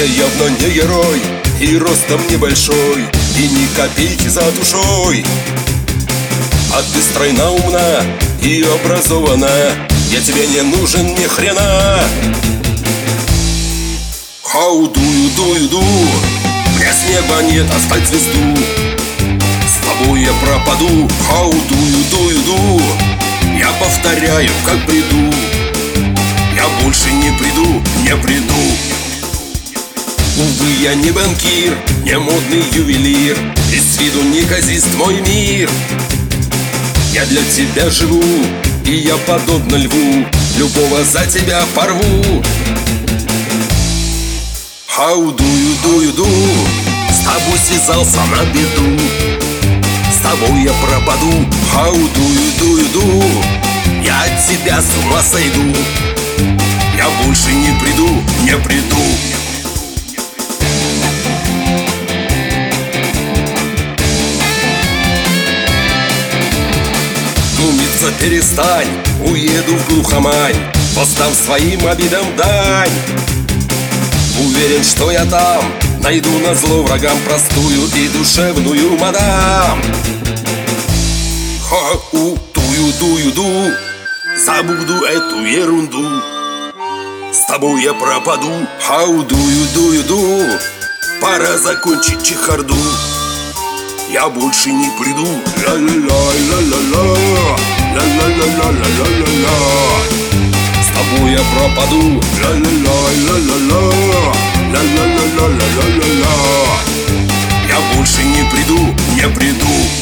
Я явно не герой, и ростом небольшой, и ни копейки за душой. А ты стройна, умна и образована, я тебе не нужен ни хрена. How do you do? Мне с неба нет, оставь звезду. С тобой я пропаду. How do you do? Я повторяю, как приду. Я больше не приду, не приду. Увы, я не банкир, не модный ювелир, и с виду неказист мой мир. Я для тебя живу, и я подобно льву, любого за тебя порву. How do you do? С тобой связался на беду, с тобой я пропаду. How do you do? Я от тебя с ума сойду. Я больше не приду, не приду. Глумиться перестань, уеду в глухомань, воздам своим обидам дань. Уверен, что я там найду назло врагам простую и душевную мадам. How do you do? Забуду эту ерунду, с тобой я пропаду. How do you do? Пора закончить чехарду. Я больше не приду. Ла-ла-ла-ла-ла-ла, ла-ла-ла-ла-ла-ла-ла. С тобой я пропаду. Ла-ла-ла-ла-ла-ла, ла-ла-ла-ла-ла-ла-ла. Я больше не приду, не приду.